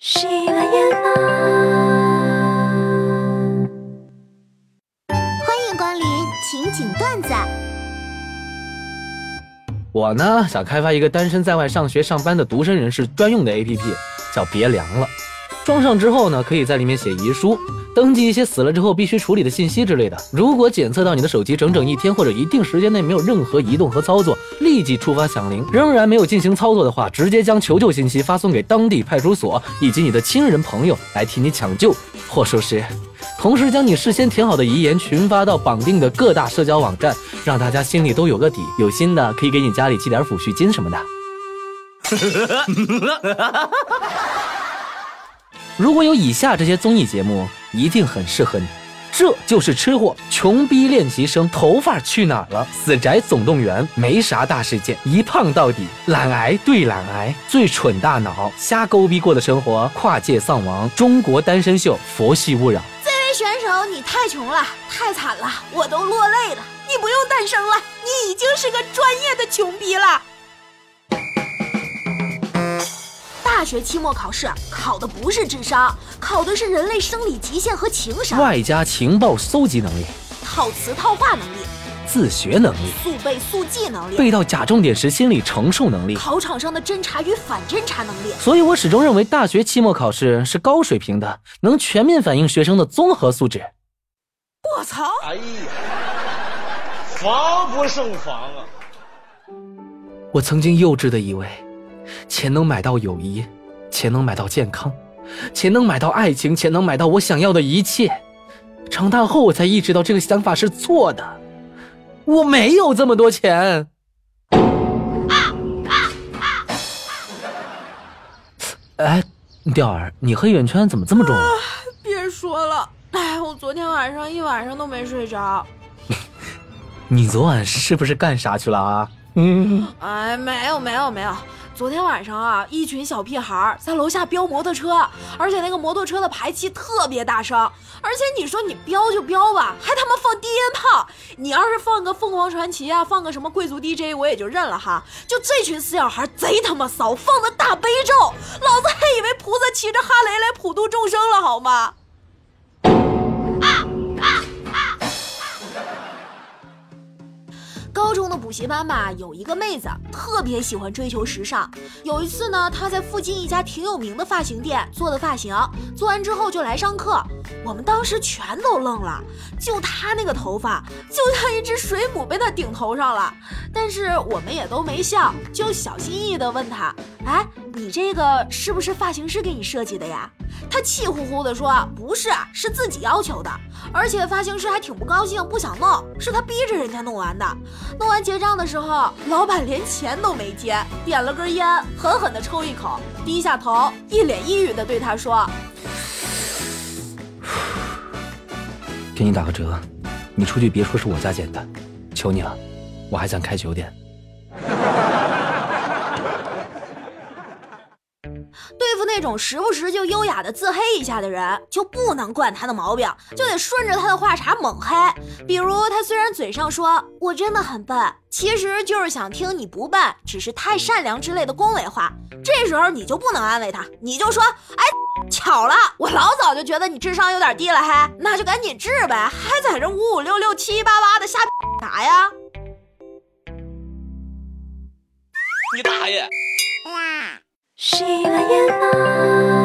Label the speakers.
Speaker 1: 喜马拉雅，
Speaker 2: 欢迎光临情景段子。
Speaker 3: 我呢，想开发一个单身在外上学上班的独身人士专用的 APP， 叫别凉了。装上之后呢，可以在里面写遗书，登记一些死了之后必须处理的信息之类的。如果检测到你的手机整整一天或者一定时间内没有任何移动和操作，立即触发响铃。仍然没有进行操作的话，直接将求救信息发送给当地派出所以及你的亲人朋友来替你抢救或收尸。同时将你事先填好的遗言群发到绑定的各大社交网站，让大家心里都有个底。有心的可以给你家里寄点抚恤金什么的。如果有以下这些综艺节目，一定很适合你。这就是吃货、穷逼练习生、头发去哪儿了、死宅总动员、没啥大事件、一胖到底、懒癌对懒癌、最蠢大脑、瞎勾逼过的生活、跨界丧亡、中国单身秀、佛系勿扰。
Speaker 2: 这位选手，你太穷了，太惨了，我都落泪了。你不用诞生了，你已经是个专业的穷逼了。大学期末考试考的不是智商，考的是人类生理极限和情商，
Speaker 3: 外加情报搜集能力、
Speaker 2: 套词套话能力、
Speaker 3: 自学能力、
Speaker 2: 速背速记能力、
Speaker 3: 背到假重点时心理承受能力、
Speaker 2: 考场上的侦查与反侦查能力。
Speaker 3: 所以我始终认为大学期末考试是高水平的，能全面反映学生的综合素质。
Speaker 2: 我操！
Speaker 4: 哎呀，防不胜防啊！
Speaker 3: 我曾经幼稚的以为，钱能买到友谊，钱能买到健康，钱能买到爱情，钱能买到我想要的一切。长大后我才意识到这个想法是错的，我没有这么多钱。哎，调儿，你黑眼圈怎么这么重啊？
Speaker 2: 别说了，我昨天晚上一晚上都没睡着。
Speaker 3: 你昨晚是不是干啥去了啊？
Speaker 2: 没有，昨天晚上啊，一群小屁孩在楼下飙摩托车，而且那个摩托车的排气特别大声，而且你说你飙就飙吧，还他妈放低音炮，你要是放个凤凰传奇啊，放个什么贵族 DJ 我也就认了哈，就这群死小孩贼他妈骚，放的大悲咒，老子还以为菩萨骑着哈雷来普度众生了好吗？高中的补习班吧，有一个妹子特别喜欢追求时尚。有一次呢，她在附近一家挺有名的发型店做的发型，做完之后就来上课。我们当时全都愣了，就她那个头发，就像一只水母被她顶头上了。但是我们也都没笑，就小心翼翼地问她：“哎，你这个是不是发型师给你设计的呀？”她气呼呼地说：“不是，是自己要求的。而且发型师还挺不高兴，不想弄，是他逼着人家弄完的。弄完结账的时候，老板连钱都没结，点了根烟，狠狠地抽一口，低下头，一脸抑郁地对他说：
Speaker 3: 给你打个折，你出去别说是我家剪的，求你了，我还想开酒店。”
Speaker 2: 对付那种时不时就优雅的自黑一下的人，就不能惯他的毛病，就得顺着他的话茬猛黑。比如他虽然嘴上说我真的很笨，其实就是想听你不笨，只是太善良之类的恭维话。这时候你就不能安慰他，你就说：“哎，巧了，我老早就觉得你智商有点低了，那就赶紧治呗，还在这5566、7788的瞎啥呀？”
Speaker 4: 你大爷！
Speaker 1: 喜马拉雅。